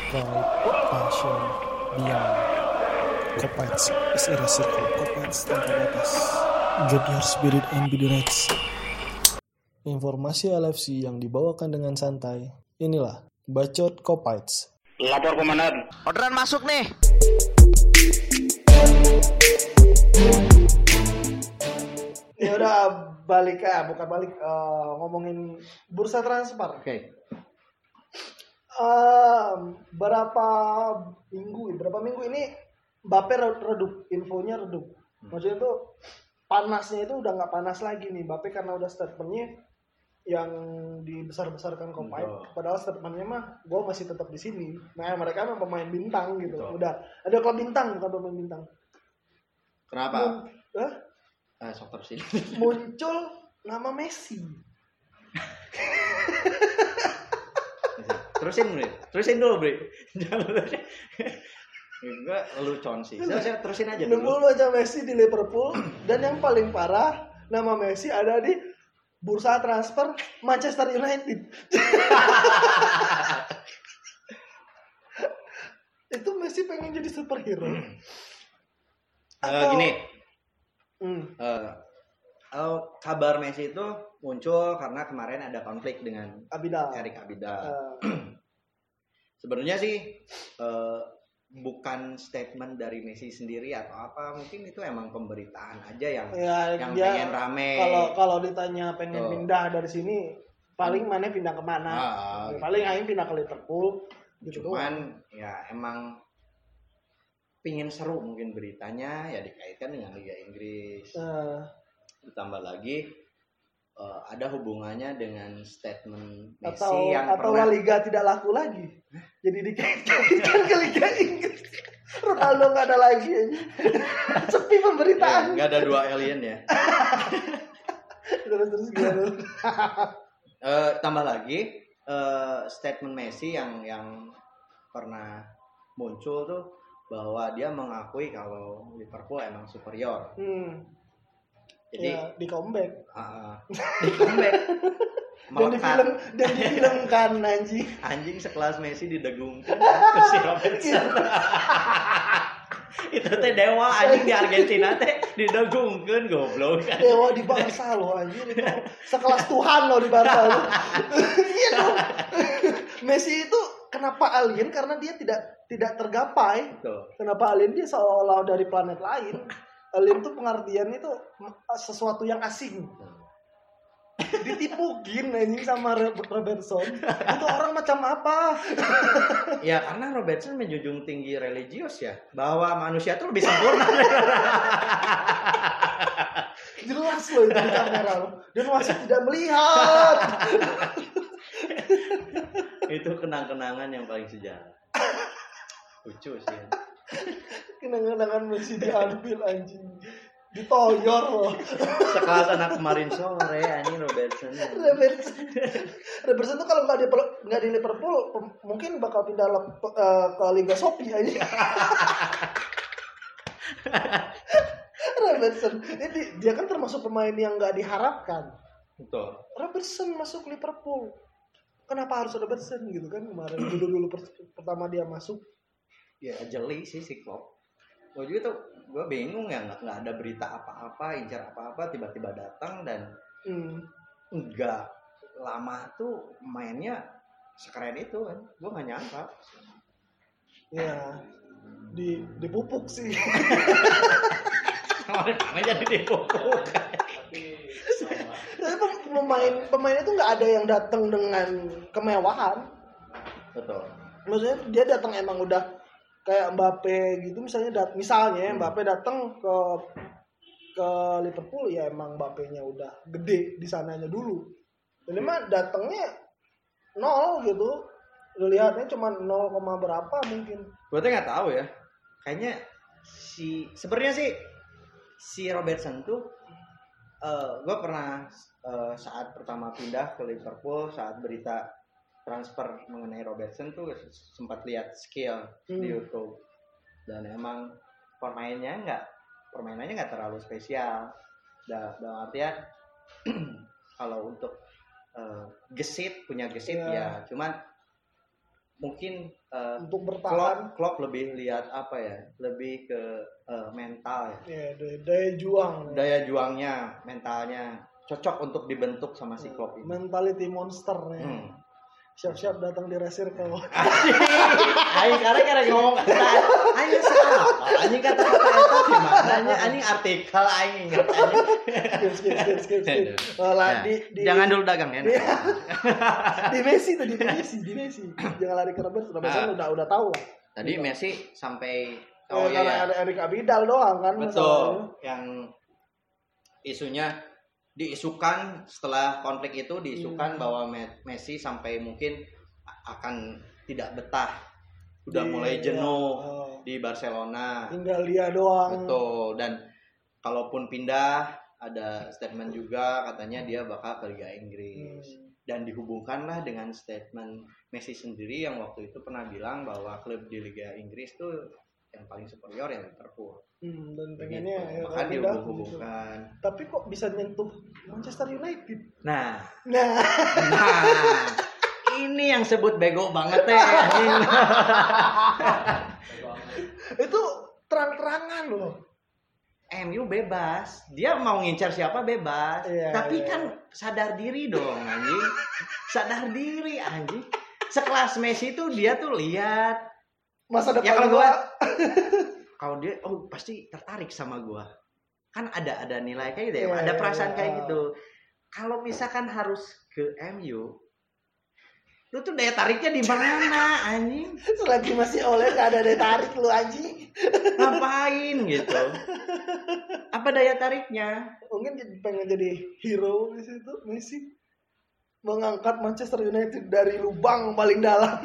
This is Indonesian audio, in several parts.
pride, passion, beyond. Kopites is a circle. Kopites tanpa batas. Get your spirit and be the rich. Informasi LFC yang dibawakan dengan santai. Inilah Bacot Kopites. Lapor komandan. Orderan masuk nih. Ya udah balik ngomongin bursa transfer. Oke. Berapa minggu ini Mbappe redup, infonya redup. Maksudnya tuh panasnya itu udah nggak panas lagi nih Mbappe karena udah statementnya yang dibesar-besarkan Kompait. Padahal statementnya mah gue masih tetap di sini. Nah mereka mah pemain bintang gitu. Betul. Udah ada klub bintang bukan pemain bintang. Kenapa? Sok terusin. Muncul nama Messi. Terusin dulu, Bre. Enggak lelucon sih. Saya terusin aja dulu. Nunggu aja Messi di Liverpool dan yang paling parah nama Messi ada di bursa transfer Manchester United. Itu Messi pengen jadi superhero. Gini. Kabar Messi itu muncul karena kemarin ada konflik dengan Erik Abidal. Sebenarnya sih bukan statement dari Messi sendiri atau apa, mungkin itu emang pemberitaan aja yang pengen rame. Kalau ditanya pengen pindah dari sini, paling mana pindah kemana? Paling Aing pindah ke Liverpool. Gitu cuman ya emang pingin seru mungkin beritanya ya dikaitkan dengan Liga Inggris. Ditambah lagi ada hubungannya dengan statement Messi atau La Liga tidak laku lagi. Jadi dikaitkan ke Liga Inggris. Ronaldo nggak ada lagi. Sepi pemberitaan. Nggak ada dua alien ya. Terus gimana? Tambah lagi statement Messi yang pernah muncul tuh bahwa dia mengakui kalau Liverpool emang superior. Jadi ya, di comeback. Di comeback. Dan di film kan anjing sekelas Messi didegungkan si Robertson. Itu teh dewa anjing di Argentina teh didegungkan goblok. Dewa di Barca loh anjir itu. Sekelas Tuhan loh di Barca loh. Iya dong. Messi itu kenapa alien? Karena dia tidak tergapai. Betul. Kenapa alien? Dia seolah-olah dari planet lain. Alien itu pengertiannya itu sesuatu yang asing. Ditipukin anjing sama Robertson. Itu orang macam apa? Ya karena Robertson menjunjung tinggi religius ya, bahwa manusia itu lebih sempurna. Jelas loh itu di kamera loh. Dan wasit tidak melihat. Itu kenang-kenangan yang paling sejarah. Lucu sih. Ya. Kenangan Messi diambil anjing. Ditoyor loh. Sekelas anak kemarin sore anjing Robertson tuh kalau nggak di Liverpool mungkin bakal pindah ke Liga Shopee aja. Robertson ini dia kan termasuk pemain yang nggak diharapkan. Betul. Robertson masuk Liverpool. Kenapa harus Robertson gitu kan kemarin dulu pertama dia masuk. Ya jeli sih si Klopp. Gue juga tuh gue bingung ya nggak ada berita apa-apa, incar apa-apa tiba-tiba datang dan nggak lama tuh mainnya sekeren itu kan. Gue nggak nyangka. Ya dipupuk sih. Namanya jadi dipupuk. Pemain itu nggak ada yang datang dengan kemewahan. Betul. Maksudnya dia datang emang udah kayak Mbappe gitu misalnya Mbappe datang ke Liverpool ya emang Mbappe-nya udah gede di sananya dulu. Ini mah datangnya 0 gitu. Lihatnya cuma 0, berapa mungkin. Gue tuh nggak tahu ya. Kayaknya sebenarnya si Robertson tuh gue pernah saat pertama pindah ke Liverpool saat berita transfer mengenai Robertson tuh sempat lihat skill di YouTube dan emang permainannya nggak terlalu spesial. Dalam artian kalau untuk punya gesit ya cuman mungkin untuk bertahan. Klopp lebih lihat apa ya? Lebih ke mental ya. Ya, daya juang. Daya juangnya, mentalnya cocok untuk dibentuk sama si Klopp ini. Mentality monster ya. Siap-siap datang di Race Circle. Aing karena ngomong kata aing siapa? Anjing kata-kata eta di mana? Anjing artikel aing ingat anjing. Skip. Jangan dulu dagang ya. Di Messi tadi di Messi. Jangan lari ke Robertson. Robertson udah tahu lah. Tadi Messi sampai karena ada Eric Abidal doang kan. Betul. Yang isunya diisukan setelah konflik itu diisukan bahwa Messi sampai mungkin akan tidak betah, udah mulai jenuh di Barcelona, tinggal dia doang. Betul. Dan kalaupun pindah ada statement juga katanya dia bakal ke Liga Inggris. Dan dihubungkanlah dengan statement Messi sendiri yang waktu itu pernah bilang bahwa klub di Liga Inggris tuh yang paling superior ya Liverpool. Dan pengennya ya, maka dihubung-hubungkan. Tapi kok bisa nyentuh Manchester United? Nah. Ini yang sebut bego banget ya. Itu terang-terangan loh. MU bebas, dia mau ngincar siapa bebas. Tapi kan sadar diri dong anjing. Sadar diri anjing. Sekelas Messi tuh dia tuh lihat masa depan ya kalau gua kalau dia pasti tertarik sama gua. Kan ada nilai kayak gitu ya, ada perasaan kayak gitu. Kalau misalkan harus ke MU, lu tuh daya tariknya di mana anjing? Selagi masih oleh gak ada daya tarik lu anjing. Ngapain gitu? Apa daya tariknya? Mungkin pengen jadi hero di situ Messi. Mengangkat Manchester United dari lubang paling dalam.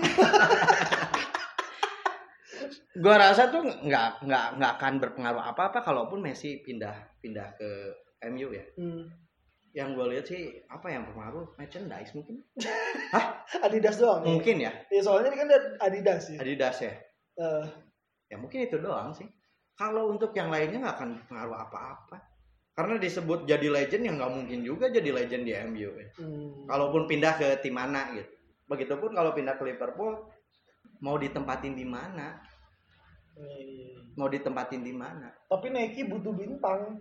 Gua rasa tuh nggak akan berpengaruh apa-apa kalaupun Messi pindah ke MU ya. Yang gue lihat sih apa yang berpengaruh merchandise mungkin. Hah? Adidas doang. Mungkin ya. Ya soalnya ini kan Adidas ya. Adidas ya. Ya mungkin itu doang sih. Kalau untuk yang lainnya nggak akan pengaruh apa-apa. Karena disebut jadi legend yang nggak mungkin juga jadi legend di MU ya. Kalaupun pindah ke tim mana gitu. Begitupun kalau pindah ke Liverpool mau ditempatin di mana? Mau ditempatin di mana? Tapi Nike butuh bintang.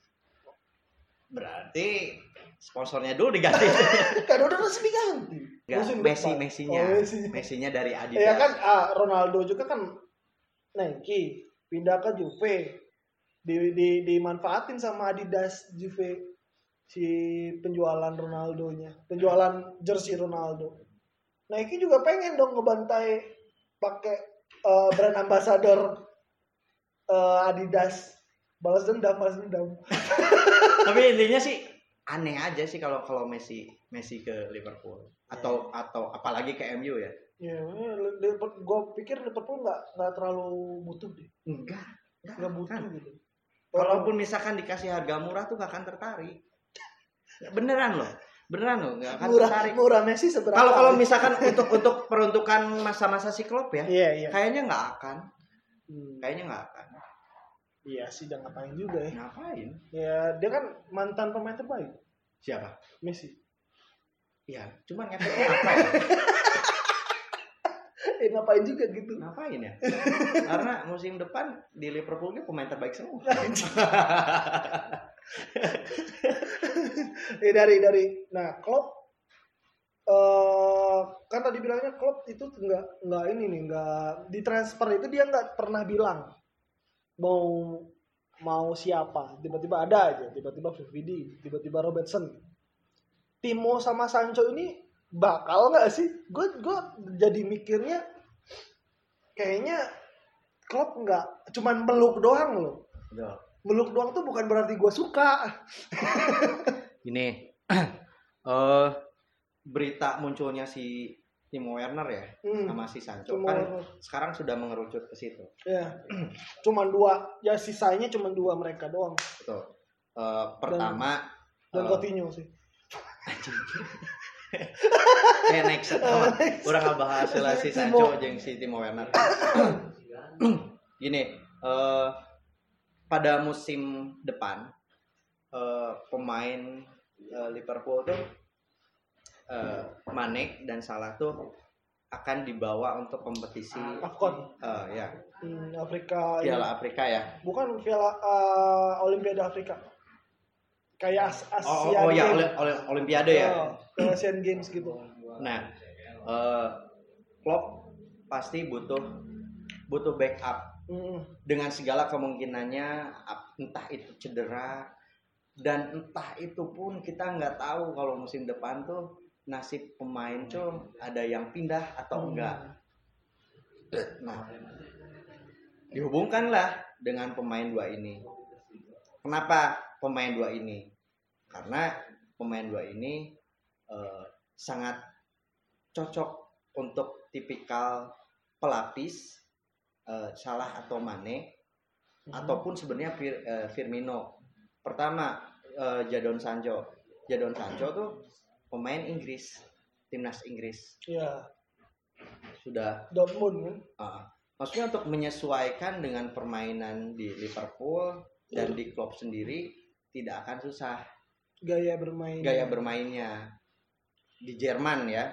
Berarti sponsornya dulu diganti. Kan udah resmi ganti. Messinya dari Adidas. Ya kan Ronaldo juga kan Nike pindah ke Juve. Dimanfaatin sama Adidas Juve si penjualan Ronaldonya, penjualan jersey Ronaldo. Nike juga pengen dong ngebantai pakai brand ambassador Adidas. Balas dendam. Tapi intinya sih aneh aja sih kalau Messi ke Liverpool atau apalagi ke MU ya. Ya, gue pikir Liverpool nggak terlalu butuh deh. Nggak butuh kan. Gitu. Kalaupun misalkan dikasih harga murah tuh gak akan tertarik. Beneran loh nggak akan tertarik. Murah Messi seberapa? Kalau misalkan untuk peruntukan masa-masa si Klopp ya, kayaknya nggak akan. Kayaknya nggak akan. Iya sih, dan ngapain juga ya? Ngapain? Ya dia kan mantan pemain terbaik. Siapa? Messi. Ya, cuman ngefeknya apa ya? Ngapain juga gitu? Ngapain ya? Karena musim depan di Liverpool ini pemain terbaik semua. dari nah Klopp kan tadi bilangnya Klopp itu nggak ini nih, nggak di transfer itu dia nggak pernah bilang mau siapa, tiba-tiba ada aja, tiba-tiba VVD, tiba-tiba Robertson. Timo sama Sancho ini bakal nggak sih? Gue jadi mikirnya kayaknya Klopp nggak cuman meluk doang loh. Meluk doang tuh bukan berarti gue suka. Gini, berita munculnya si Timo Werner ya sama si Sancho kan sekarang sudah mengerucut ke situ. Ya, cuman dua, ya sisanya cuman dua mereka doang. Betul. Pertama dan Coutinho sih. Kayak next orang ngebahas si Sancho jeung si Timo Werner. Gini, pada musim depan pemain Liverpool tuh Mane dan Salah tuh akan dibawa untuk kompetisi AFCON. ya Afrika. Piala Afrika ya. Bukan Piala Olimpiade Afrika. Kayak Asian ya Games. Olimpiade ya. Asian Games gitu. Nah, Klopp pasti butuh backup dengan segala kemungkinannya, entah itu cedera dan entah itu pun kita nggak tahu kalau musim depan tuh nasib pemain tuh ada yang pindah atau enggak. Nah, dihubungkanlah dengan pemain dua ini. Kenapa pemain dua ini? Karena pemain dua ini sangat cocok untuk tipikal pelapis Salah atau Mane ataupun sebenarnya Firmino. Pertama Jadon Sancho tuh pemain Inggris, timnas Inggris. Iya. Sudah Dortmund kan. Maksudnya untuk menyesuaikan dengan permainan di Liverpool dan di Klopp sendiri tidak akan susah. Gaya bermainnya di Jerman ya.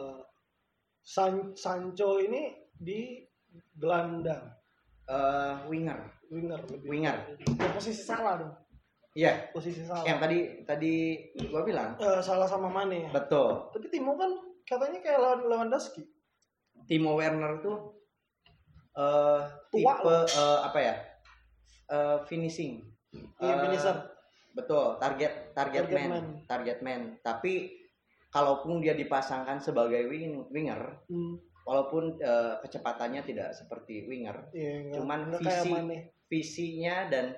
Sancho ini di gelandang. Winger. Ya, posisi salah dong. Iya. Posisi salah. Yang tadi gua bilang. Salah sama Mane. Betul. Tapi Timo kan katanya kayak Lewandowski. Timo Werner tuh Tua tipe apa ya? Finishing. Finisher. Betul, target man. Tapi kalaupun dia dipasangkan sebagai winger, walaupun kecepatannya tidak seperti winger, cuman visinya dan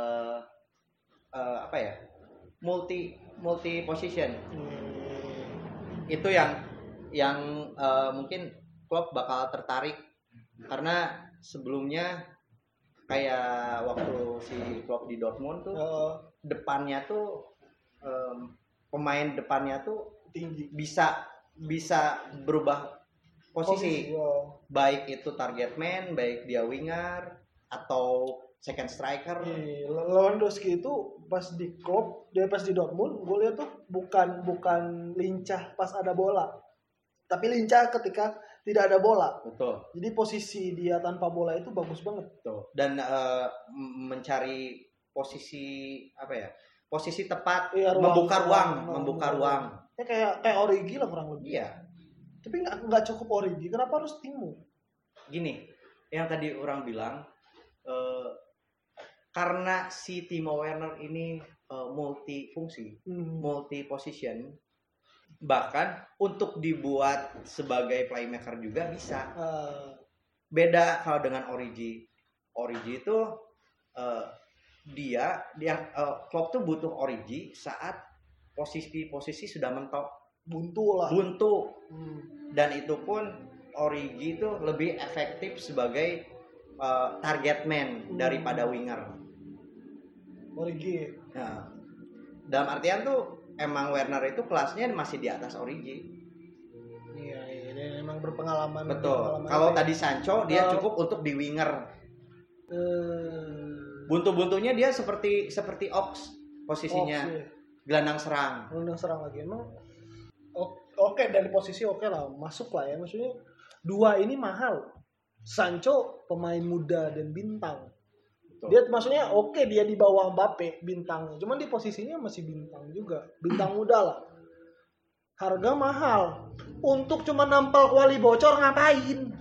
apa ya, multi position. Itu yang mungkin Klopp bakal tertarik karena sebelumnya kayak waktu si Klopp di Dortmund tuh depannya tuh pemain depannya tuh tinggi, bisa berubah posisi. Baik itu target man, baik dia winger atau second striker. Lewandowski itu pas di Klopp, dia pas di Dortmund, gue lihat tuh bukan lincah pas ada bola, tapi lincah ketika tidak ada bola. Betul. Jadi posisi dia tanpa bola itu bagus banget. Betul. Dan mencari posisi apa ya? Posisi tepat, membuka ruang. Ya kayak Origi lah kurang lebih. Iya. Tapi nggak cukup Origi, kenapa harus Timo? Gini, yang tadi orang bilang karena si Timo Werner ini multifungsi, multi position, bahkan untuk dibuat sebagai playmaker juga bisa. Beda kalau dengan Origi itu dia Klopp tuh butuh Origi saat posisi sudah mentok, buntu. Dan itu pun Origi itu lebih efektif sebagai target man daripada winger. Origi. Nah, dalam artian tuh emang Werner itu kelasnya masih di atas Origi. Iya, dia memang berpengalaman. Betul. Kalau tadi Sancho dia cukup untuk di winger. Buntu-buntunya dia seperti Ox posisinya. Gelandang serang lagi. Emang oke, dari posisi oke lah, masuk lah ya. Maksudnya dua ini mahal. Sancho pemain muda dan bintang. Betul. Dia maksudnya oke, dia di bawah Mbappe bintang, cuman di posisinya masih bintang juga, bintang muda lah. Harga mahal. Untuk cuma nampal kuali bocor ngapain?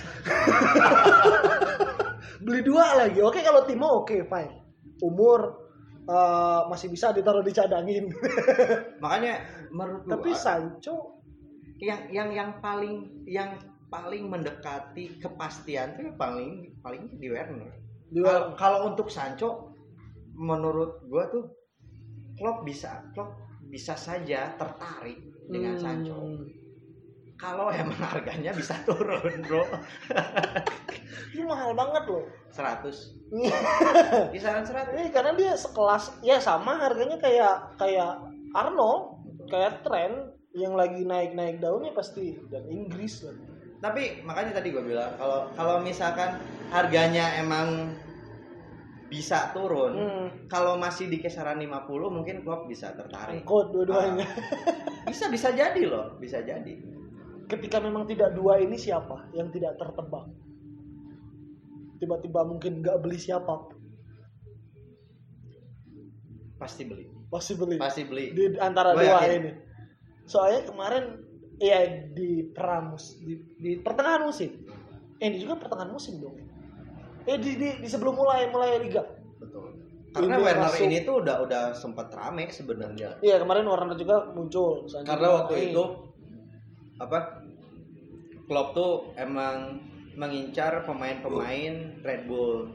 Beli dua lagi. Oke, kalau Timo oke, fine. Umur masih bisa ditaruh dicadangin. Makanya menurut tapi Sancho yang paling mendekati kepastian itu paling di Werner. Kalau untuk Sancho menurut gua tuh Klopp bisa saja tertarik dengan Sancho. Kalau emang harganya bisa turun, bro. Ini mahal banget loh. 100. Kisaran 100. Ini karena dia sekelas, ya sama harganya kayak Arnold, kayak Trent yang lagi naik daunnya pasti, dan Inggris lah. Tapi makanya tadi gue bilang kalau misalkan harganya emang bisa turun, kalau masih di kisaran 50 mungkin Klopp bisa tertarik. Angkut dua-duanya. Bisa jadi loh, bisa jadi. ketika memang tidak dua ini siapa yang tidak tertebak? Tiba-tiba mungkin nggak beli siapa? Pasti beli. Pasti beli. Di antara dua ini. Soalnya kemarin ya di di pertengahan musim. Ini juga pertengahan musim dong. Di sebelum mulai liga. Betul. Karena Werner masuk. Ini tuh udah sempat rame sebenarnya. Iya, kemarin Werner juga muncul. Karena waktu itu Klopp tuh emang mengincar pemain-pemain Red Bull.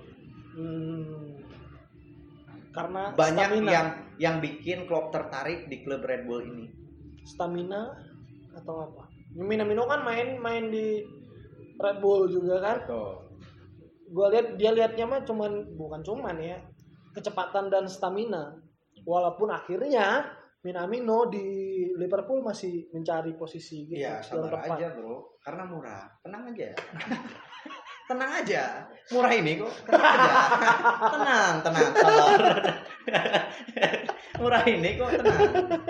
Karena banyak stamina. yang bikin Klopp tertarik di klub Red Bull ini. Stamina atau apa? Minamino kan main di Red Bull juga kan? Betul. Gue lihatnya mah bukan cuman ya kecepatan dan stamina. Walaupun akhirnya Minamino di Liverpool masih mencari posisi gitu. Iya, sabar aja bro, karena murah. Tenang aja. Tenang aja. Murah ini kok. Tenang aja. Tenang, sabar. Murah ini kok, tenang.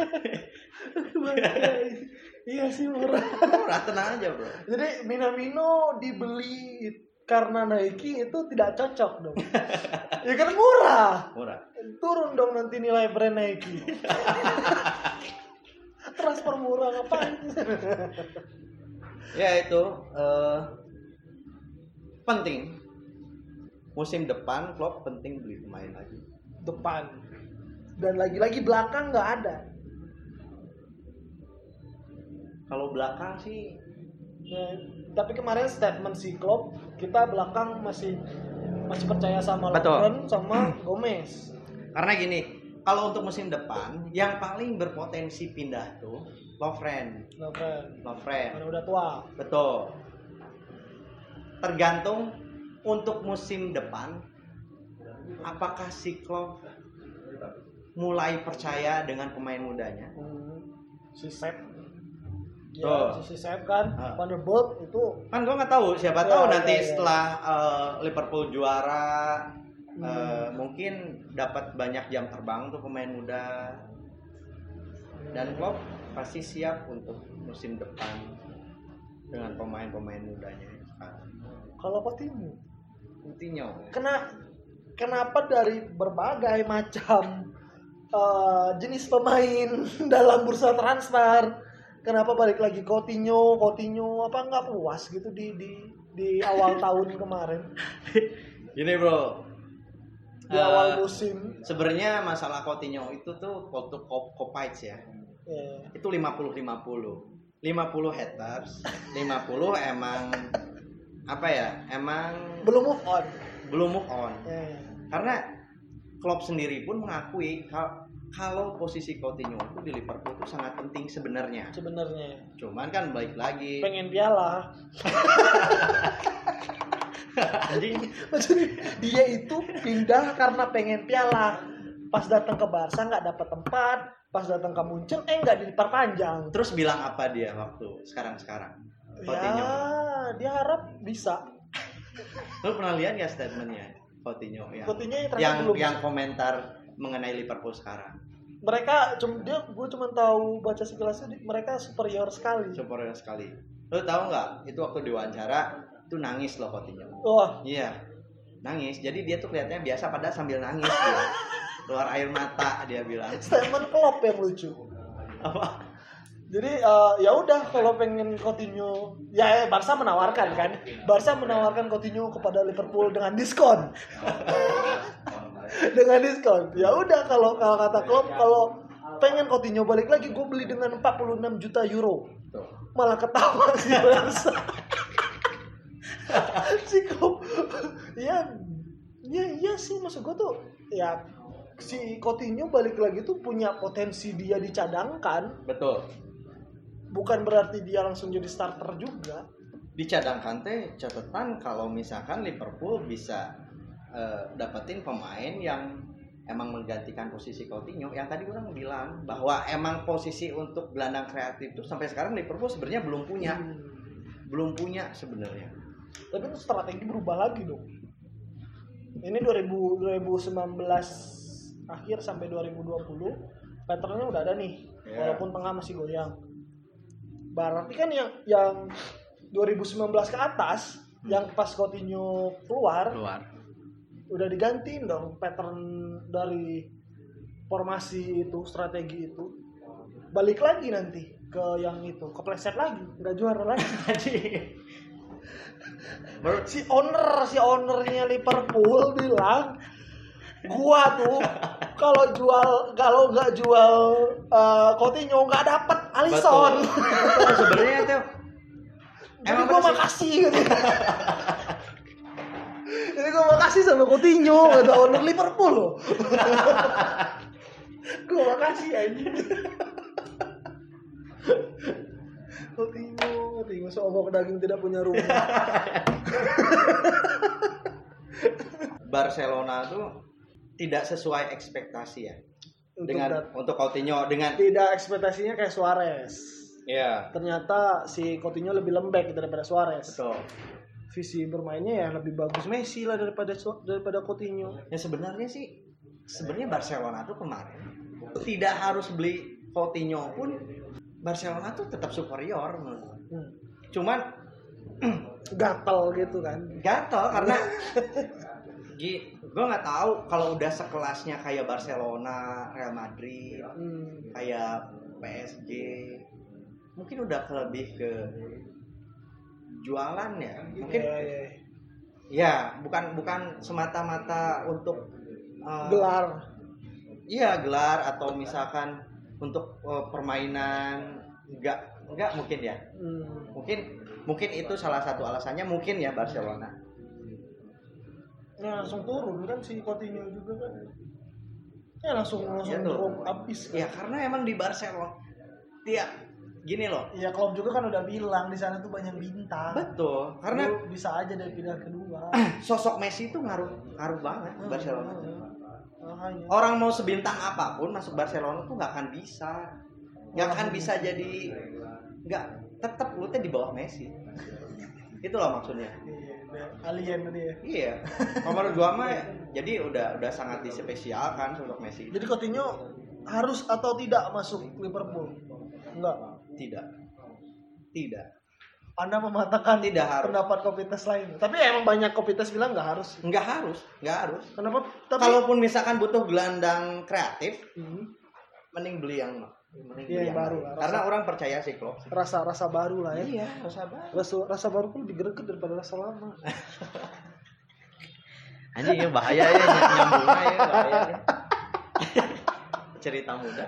Iya sih murah. Murah, tenang aja bro. Jadi Minamino dibeli karena Nike itu tidak cocok dong. Ya kan murah. Turun dong nanti nilai brand Nike. Transfer murah ngapain? Ya itu penting. Musim depan Klopp penting beli pemain lagi. Depan. Dan lagi-lagi belakang nggak ada. Kalau belakang sih. Ya, tapi kemarin statement si Klopp, kita belakang masih percaya sama Lovren sama Gomez. Karena gini, kalau untuk musim depan yang paling berpotensi pindah tuh Lovren. Karena udah tua. Betul. Tergantung untuk musim depan apakah si Klopp mulai percaya dengan pemain mudanya. Si Sepp. Ya, si Sepp kan, Vanderbilt itu kan gue nggak tahu, siapa tahu nanti setelah Liverpool juara mungkin dapat banyak jam terbang tuh pemain muda, dan Klopp pasti siap untuk musim depan dengan pemain-pemain mudanya sekarang. Kalau Coutinho, kenapa dari berbagai macam jenis pemain dalam bursa transfer, kenapa balik lagi Coutinho apa nggak puas gitu di awal tahun kemarin? Gini bro, di awal musim. Sebenarnya masalah Coutinho itu tuh waktu Kopic ya. Itu 50-50 haters, 50 emang apa ya? Emang belum move on. Karena Klopp sendiri pun mengakui kalau posisi Coutinho itu di Liverpool itu sangat penting sebenarnya. Cuman kan balik lagi. Pengen piala. Anjing. Maksudnya dia itu pindah karena pengen piala. Pas datang ke Barca nggak dapat tempat. Pas datang ke Munchen nggak diperpanjang. Terus bilang apa dia waktu sekarang? Coutinho. Ya, dia harap bisa. Lu pernah lihat ya statementnya Coutinho yang komentar mengenai Liverpool sekarang? Gue cuma tahu baca sekilasnya, mereka superior sekali. Lo tahu nggak? Itu waktu diwawancara itu nangis loh Coutinho. Iya, nangis. Jadi dia tuh kelihatannya biasa, padahal sambil nangis dia. Keluar air mata dia bilang. Statement Klopp yang lucu. Apa? Jadi ya udah kalau pengen Coutinho, ya Barca menawarkan kan. Barca menawarkan Coutinho kepada Liverpool dengan diskon. Ya udah kalau kata Klopp, kalau pengen Coutinho balik lagi, gue beli dengan 46 juta euro. Malah ketawa si Barca. Si Klopp. Ya sih, maksud gue tuh ya si Coutinho balik lagi tuh punya potensi dia dicadangkan. Betul. Bukan berarti dia langsung jadi starter juga. Dicadangkan teh catatan kalau misalkan Liverpool bisa dapetin pemain yang emang menggantikan posisi Coutinho. Yang tadi orang bilang bahwa emang posisi untuk gelandang kreatif itu sampai sekarang Liverpool sebenarnya belum punya sebenarnya. Tapi itu strategi berubah lagi dong. Ini 2019 akhir sampai 2020 patternnya udah ada nih, walaupun tengah masih goyang. Berarti kan yang 2019 ke atas, yang pas Coutinho keluar udah digantiin dong pattern dari formasi itu, strategi itu. Balik lagi nanti ke yang itu, kepleset lagi, nggak juara lagi. si ownernya Liverpool bilang, gua tuh kalau nggak jual Coutinho nggak dapet Alisson. Betul. Sebenarnya tuh emang gua makasih gitu. Jadi gua makasih sama Coutinho, kata owner Liverpool loh. Gua makasih anjing. Coutinho seobok daging tidak punya rumah. Barcelona tuh tidak sesuai ekspektasi ya. Untuk Coutinho dengan tidak ekspektasinya kayak Suarez. Iya. Ternyata si Coutinho lebih lembek daripada Suarez. Betul. Visi bermainnya ya lebih bagus Messi lah daripada Coutinho. Ya sebenarnya Barcelona tuh kemarin tidak harus beli Coutinho pun Barcelona tuh tetap superior. Cuman gatel gitu kan. Gatel karena gue nggak tahu kalau udah sekelasnya kayak Barcelona, Real Madrid, kayak PSG, mungkin udah lebih ke jualan ya. Mungkin ya bukan semata-mata untuk gelar. Iya, gelar atau misalkan untuk permainan enggak mungkin ya. Mungkin itu salah satu alasannya mungkin ya Barcelona. Ya langsung turun kan si Coutinho juga kan. Ya langsung drop habis kan. Ya karena emang di Barcelona dia gini loh. Ya Klopp juga kan udah bilang di sana tuh banyak bintang. Betul. Karena bisa aja dari pindah kedua. Sosok Messi itu ngaruh banget Barcelona. Orang mau sebintang apapun masuk Barcelona tuh nggak akan bisa. Nggak akan bisa jadi tetap lu tuh di bawah Messi. Itulah maksudnya. Alien tadi ya. Iya. Menurut gua mah jadi udah sangat dispesialkan sosok Messi. Jadi Coutinho harus atau tidak masuk Liverpool? Enggak. Tidak. Anda mematahkan tidak harus. Pendapat Kopitas lain. Tapi emang banyak Kopitas bilang nggak harus. Nggak harus. Kenapa? Kalaupun misalkan butuh gelandang kreatif, mending beli yang baru. Karena orang percaya sih Klopp. Rasa baru lah ya. Iya, rasa baru. Rasa baru pun lebih greget daripada rasa lama. Anjing ya bahaya ya nyambungnya ya bahaya. Cerita muda.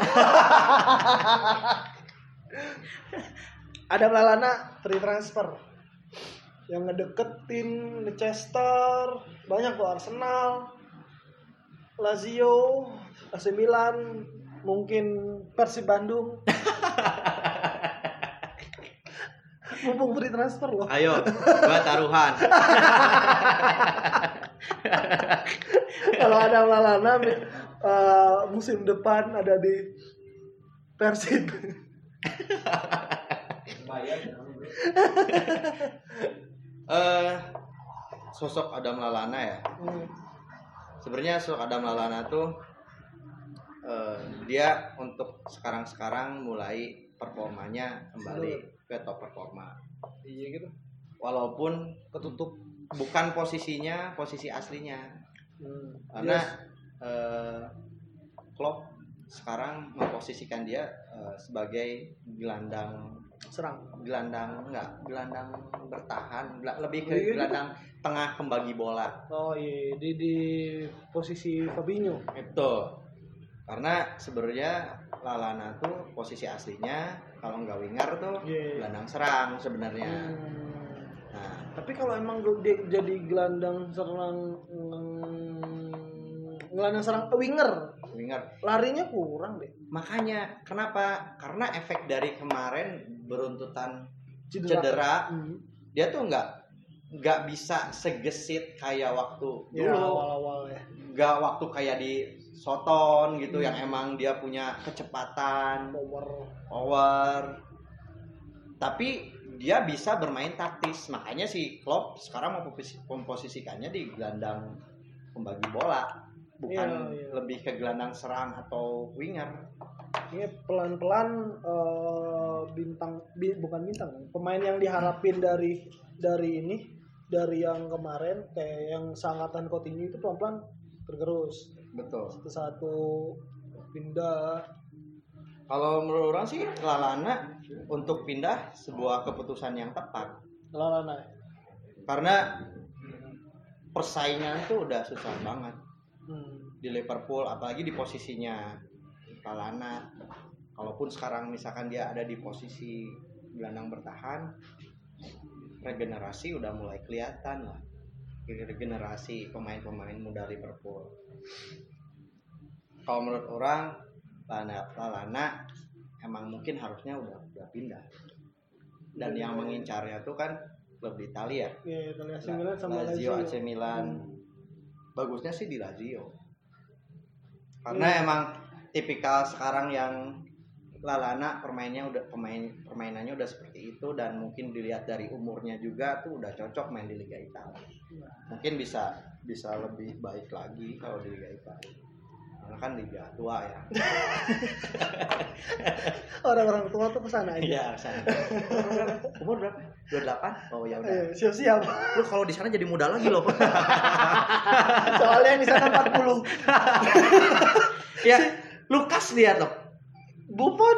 Ada Lallana free transfer yang ngedeketin Leicester, banyak tuh Arsenal, Lazio, AC Milan, mungkin Persib Bandung. Mumpung free transfer loh. Ayo, gua taruhan. Kalau ada Lallana musim depan ada di Persib. Sosok Adam Lallana ya. Sebenarnya sosok Adam Lallana tuh dia untuk sekarang mulai performanya kembali ke top performa. Iya gitu. Walaupun ketutup bukan posisi aslinya. Karena Klopp sekarang memposisikan dia sebagai gelandang bertahan, lebih ke gelandang tengah pembagi bola. Oh iya, di posisi Fabinho. Itu. Karena sebenarnya Lallana tuh posisi aslinya kalau nggak winger tuh gelandang serang sebenarnya. Nah, tapi kalau emang dia jadi gelandang serang winger, larinya kurang deh. Makanya kenapa? Karena efek dari kemarin beruntutan cedera. Dia tuh nggak bisa segesit kayak waktu dulu. Awal-awal ya. Nggak waktu kayak di Soton gitu yang emang dia punya kecepatan, power. Tapi dia bisa bermain taktis. Makanya si Klopp sekarang memposisikannya di gelandang pembagi bola. Bukan lebih ke gelandang serang atau winger. Ini pelan-pelan bukan bintang, pemain yang diharapin dari yang kemarin kayak yang sangatan Coutinho itu pelan-pelan tergerus. Betul. Satu-satu pindah. Kalau menurut orang sih Lallana untuk pindah sebuah keputusan yang tepat. Lallana. Karena persaingan tuh udah susah banget di Liverpool, apalagi di posisinya Lallana. Kalaupun sekarang misalkan dia ada di posisi gelandang bertahan, regenerasi udah mulai kelihatan lah. Regenerasi pemain-pemain muda Liverpool. Kalau menurut orang Lallana emang mungkin harusnya udah pindah. Dan yang mengincarnya tuh kan klub di Italia. Iya, Italia AC Milan sama Lazio, AC Milan. Bagusnya sih di Lazio. Karena emang tipikal sekarang yang Lallana permainannya udah seperti itu, dan mungkin dilihat dari umurnya juga tuh udah cocok main di Liga Italia. Mungkin bisa lebih baik lagi kalau di Liga Italia. Karena kan liga tua ya. Orang-orang tua tuh kesana aja. Iya, kesana. Umur berapa? 28? Oh ya udah. Siap-siap. Lu kalau di sana jadi muda lagi loh. Soalnya di sana 40. Ya, Lukas lihat loh. Buffon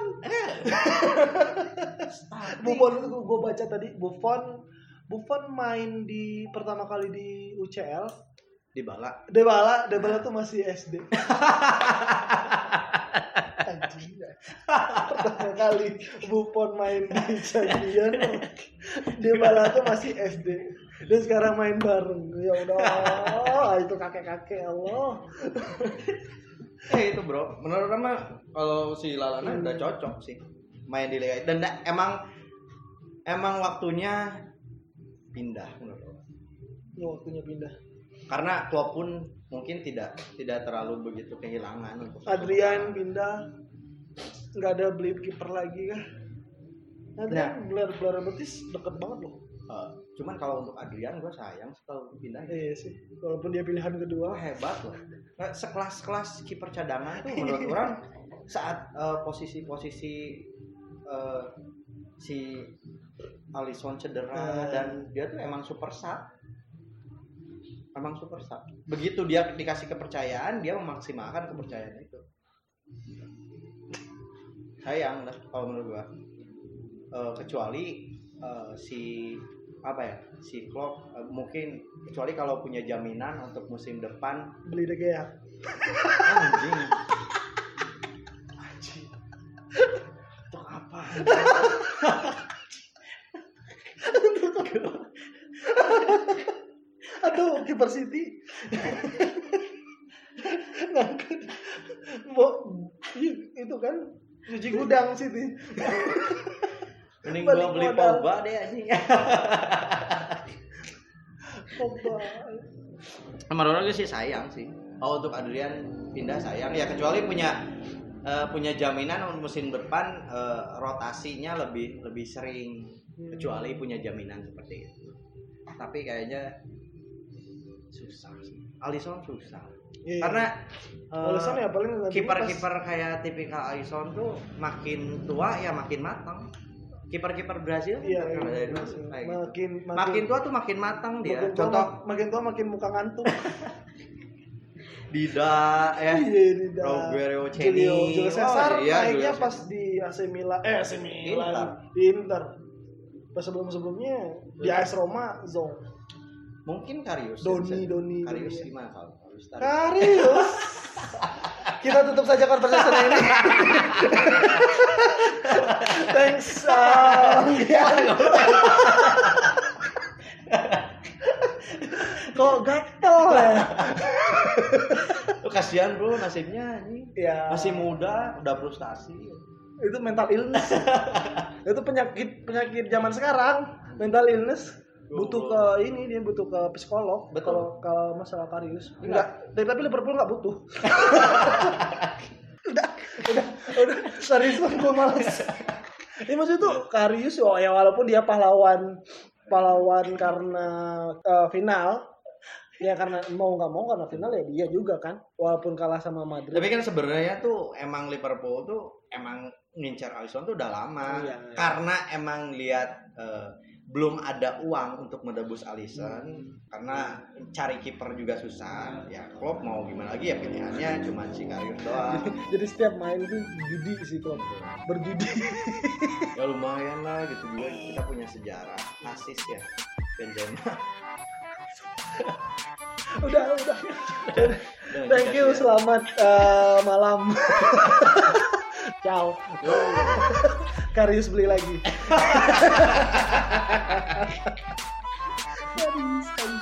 itu gue baca tadi Buffon main di pertama kali di UCL Dybala tuh masih SD. Anjing. Pertama kali Buffon main di Champions, Dybala tuh masih SD. Dan sekarang main bareng. Ya udah, itu kakek-kakek Allah. Itu bro, menurut Rama kalau si Lallana udah cocok sih main di Liga, dan emang waktunya pindah menurut Rama. Waktunya pindah. Karena Klopp pun mungkin tidak terlalu begitu kehilangan untuk Adrian pindah, nggak ada beli kiper lagi kan? Adrian Blair Betis deket banget loh. Cuman kalau untuk Adrian gue sayang kalau pindah. Iya sih, walaupun dia pilihan kedua. Hebat loh. Sekelas kiper cadangan tuh menurut orang saat posisi si Alisson cedera dan dia tuh emang super sub. Begitu dia dikasih kepercayaan, dia memaksimalkan kepercayaan itu. Sayang lah kalau menurut gua. Kecuali si Klopp mungkin, kecuali kalau punya jaminan untuk musim depan beli De Gea. Anjing. Untuk apa? Aduh, kiper City. Itu kan cuci gudang City. Mending gua beli Pogba deh anjing. Pogba. Menurut gue sih sayang sih. Untuk Adrian pindah sayang ya, kecuali punya jaminan musim depan rotasinya lebih sering, kecuali punya jaminan seperti itu. Tapi kayaknya susah sih. Alisson susah. Iya. Karena Alisson ya paling kiper kayak tipikal Alisson tuh makin tua ya makin matang. Kiper Brazil makin tua tuh makin matang dia. Makin tua makin muka ngantuk. Dida Rogerio Ceni, Julio Cesar naiknya pas di AC Milan, di Inter. Pas sebelumnya di AS Roma, Zong. Mungkin Karius. Doni. Karius gimana kalau Karius? Kita tutup saja conversation ini. Thanks. Kok gatel ya? Kasihan bro nasibnya ini. Ya. Masih muda, udah frustasi. Itu mental illness. Itu penyakit zaman sekarang. Mental illness. Butuh dia butuh ke psikolog. Betul. Kalau masalah Karius. Enggak, tapi Liverpool enggak butuh. udah Karius gue malas. Ini maksudnya tuh Karius ya walaupun dia pahlawan karena final, Ya karena mau nggak mau karena final ya dia juga kan, walaupun kalah sama Madrid. Tapi kan sebenarnya tuh emang Liverpool tuh emang ngincar Alisson tuh udah lama. Iya. Karena emang lihat belum ada uang untuk menebus Alisson karena cari kiper juga susah. Ya Klopp mau gimana lagi ya pilihannya cuma si Karius doang. Jadi setiap main tuh judi sih Klopp, berjudi. Ya lumayan lah gitu juga kita punya sejarah asis ya Benzema. udah. Thank you, selamat malam. Ciao. Karius beli lagi. Karius.